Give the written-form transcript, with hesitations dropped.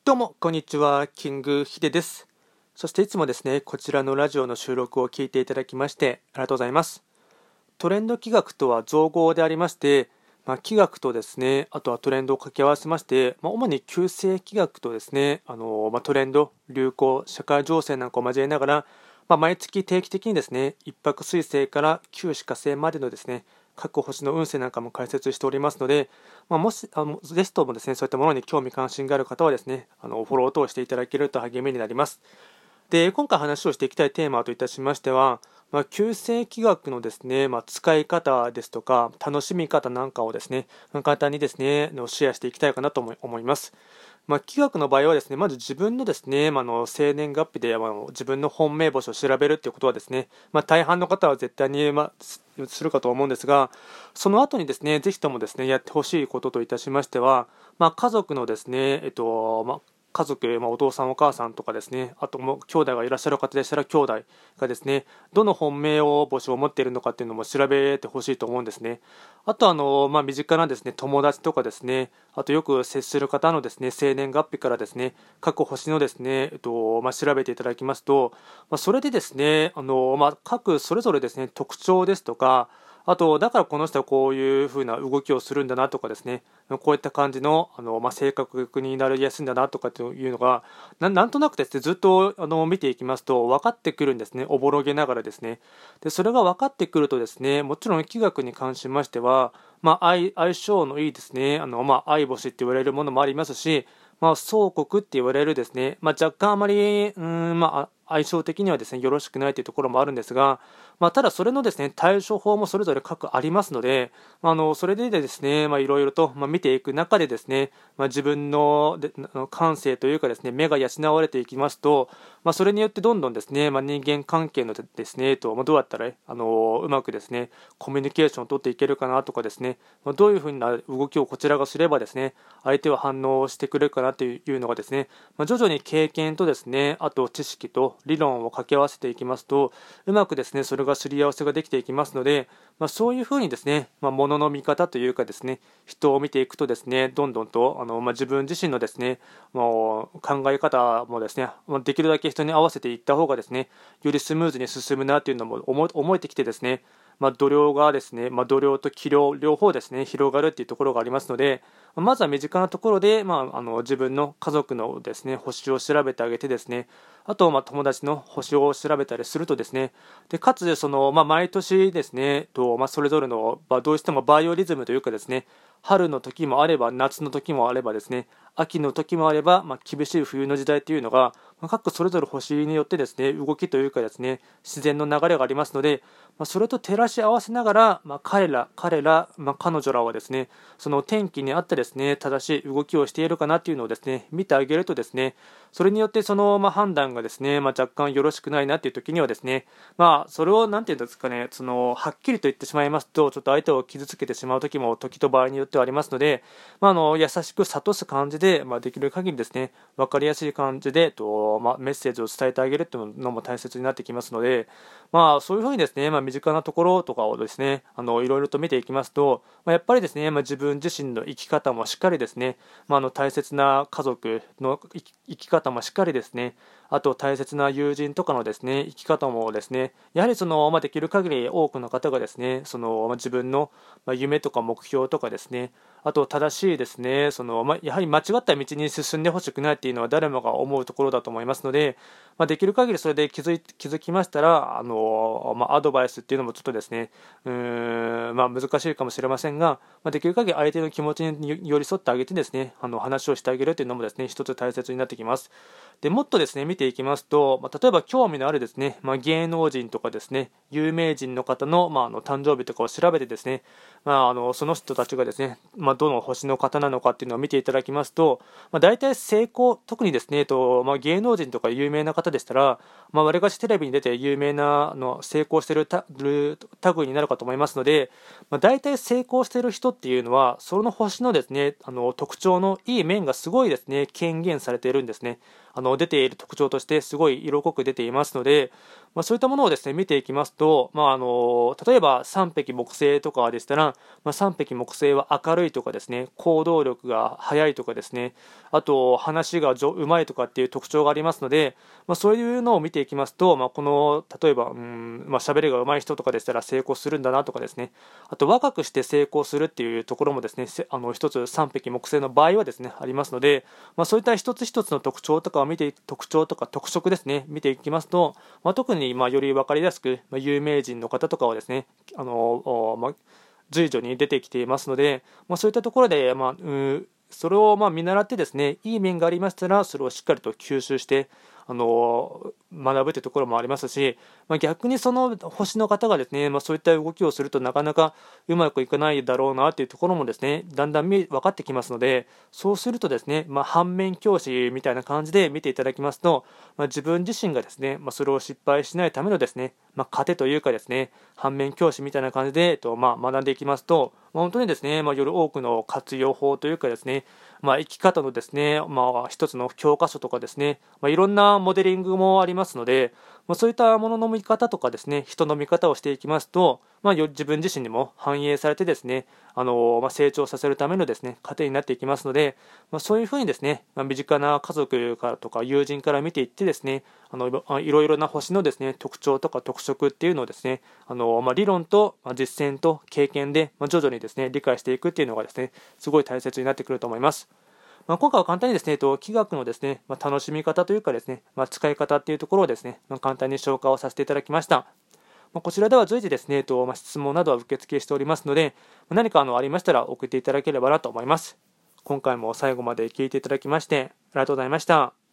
どうもこんにちは、キングヒデです。そしていつもですね、こちらのラジオの収録を聞いていただきましてありがとうございます。トレンド企画とは造語でありまして、企画とですね、あとはトレンドを掛け合わせまして、主に旧世企画とですね、トレンド、流行、社会情勢なんかを交えながら、毎月定期的にですね、一泊水星から旧歯科星までのですね、各星の運勢なんかも解説しておりますので、もしぜひともですね、そういったものに興味関心がある方はですね、フォロー等していただけると励みになります。で、今回話をしていきたいテーマといたしましては、旧世紀学のですね、使い方ですとか、楽しみ方なんかをですね、簡単にですね、シェアしていきたいかなと思います。気学の場合はですね、まず自分のですね、生年月日で、自分の本命星を調べるっていうことはですね、大半の方は絶対に、するかと思うんですが、その後にですね、ぜひともですね、やってほしいことといたしましては、家族のですね、家族、お父さんお母さんとかですね、あとも兄弟がいらっしゃる方でしたら兄弟がですね、どの本命星を持っているのかっていうのも調べてほしいと思うんですね。あと身近なですね、友達とかですね、あとよく接する方のですね、生年月日からですね、各星のですね、調べていただきますと、それでですね、各それぞれですね、特徴ですとか、あと、だからこの人はこういう風な動きをするんだなとかですね、こういった感じの、性格になりやすいんだなとかっていうのが、なんとなくですね、ずっと見ていきますと分かってくるんですね、おぼろげながらですね。で、それが分かってくるとですね、もちろん気学に関しましては、相性のいいですね、相星って言われるものもありますし、相国って言われるですね、若干あまり、相性的にはですね、よろしくないというところもあるんですが、ただそれのですね、対処法もそれぞれ各ありますので、それでですね、いろいろと、見ていく中でですね、自分の感性というかですね、目が養われていきますと、それによってどんどんですね、人間関係のですね、どうやったら、うまくですね、コミュニケーションを取っていけるかなとかですね、どういうふうな動きをこちらがすればですね、相手は反応してくれるかなというのがですね、徐々に経験とですね、あと知識と理論を掛け合わせていきますと、うまくですね、それがすり合わせができていきますので、そういうふうにですね、物の見方というかですね、人を見ていくとですね、どんどんと自分自身のですね、考え方もですね、できるだけ人に合わせていった方がですね、よりスムーズに進むなというのも思えてきてですね、度量がですね、度量と気量両方ですね、広がるっていうところがありますので、まずは身近なところで、自分の家族のですね、星を調べてあげてですね、あと、友達の星を調べたりするとですね、でかつ毎年ですね、それぞれの、どうしてもバイオリズムというかですね、春の時もあれば、夏の時もあればですね、秋の時もあれば、厳しい冬の時代というのが、各それぞれ星によってですね、動きというかですね、自然の流れがありますので、それと照らし合わせながら、彼ら、彼女らはですね、その天気に合ってですね、正しい動きをしているかなというのをですね、見てあげるとですね、それによってその、判断がですね、若干よろしくないなという時にはですね、それをなんていうんですかね、はっきりと言ってしまいますと、ちょっと相手を傷つけてしまう時も時と場合によってはありますので、優しく諭す感じで、できる限りですね、分かりやすい感じでメッセージを伝えてあげるというのも大切になってきますので、そういうふうにですね、身近なところとかをですね、いろいろと見ていきますと、やっぱりですね、自分自身の生き方もしっかりですね、大切な家族の生き方もしっかりですね、あと大切な友人とかのですね、生き方もですね、やはりできる限り多くの方がですね、自分の夢とか目標とかですね、あと正しいですね、やはり間違った道に進んでほしくないっていうのは誰もが思うところだと思いますので、できる限りそれで気づきましたら、アドバイスっていうのもちょっとですね、難しいかもしれませんが、できる限り相手の気持ちに寄り添ってあげてですね、話をしてあげるというのもですね、一つ大切になってきます。でもっとですね、見ていきますと、例えば興味のあるですね、芸能人とかですね、有名人の方の、誕生日とかを調べてですね、その人たちがですね、どの星の方なのかっていうのを見ていただきますと、大体成功、特にですね、芸能人とか有名な方でしたら、わりかしテレビに出て有名な成功している類になるかと思いますので、大体成功している人っていうのは、その星のですね、特徴のいい面がすごいですね、権限されているんですね。 出ている特徴としてすごい色濃く出ていますので、そういったものをですね見ていきますと、例えば三匹木星とかでしたら、三匹木星は明るいとかですね、行動力が速いとかですね、あと話がうまいとかっていう特徴がありますので、そういうのを見ていきますと、この例えば喋りが上手い人とかでしたら成功するんだなとかですね、あと若くして成功するっていうところもですね、一つ三匹木星の場合はですねありますので、そういった一つ一つの特徴とか特徴とか特色ですね見ていきますと、特により分かりやすく、有名人の方とかはですね随所に出てきていますので、そういったところで、それを見習ってですね、いい面がありましたらそれをしっかりと吸収して学ぶというところもありますし、逆にその星の方がですね、そういった動きをするとなかなかうまくいかないだろうなというところもですねだんだん分かってきますので、そうするとですね、反面教師みたいな感じで見ていただきますと、自分自身がですね、それを失敗しないためのですね、糧というかですね、反面教師みたいな感じで、学んでいきますと、本当にですね、より多くの活用法というかですね、生き方のですね、一つの教科書とかですね、いろんなモデリングもありますので、そういったものの見方とかですね、人の見方をしていきますと、自分自身にも反映されてですね、成長させるためのですね、糧になっていきますので、そういうふうにですね、身近な家族からとか友人から見ていってですね、いろいろな星のですね、特徴とか特色っていうのをですね、理論と実践と経験で徐々にですね、理解していくっていうのがですね、すごい大切になってくると思います。今回は簡単にですね、気学のですね、楽しみ方というかですね、使い方っていうところをですね、簡単に紹介をさせていただきました。こちらでは随時ですね、質問などは受付しておりますので、何かありましたら送っていただければなと思います。今回も最後まで聞いていただきましてありがとうございました。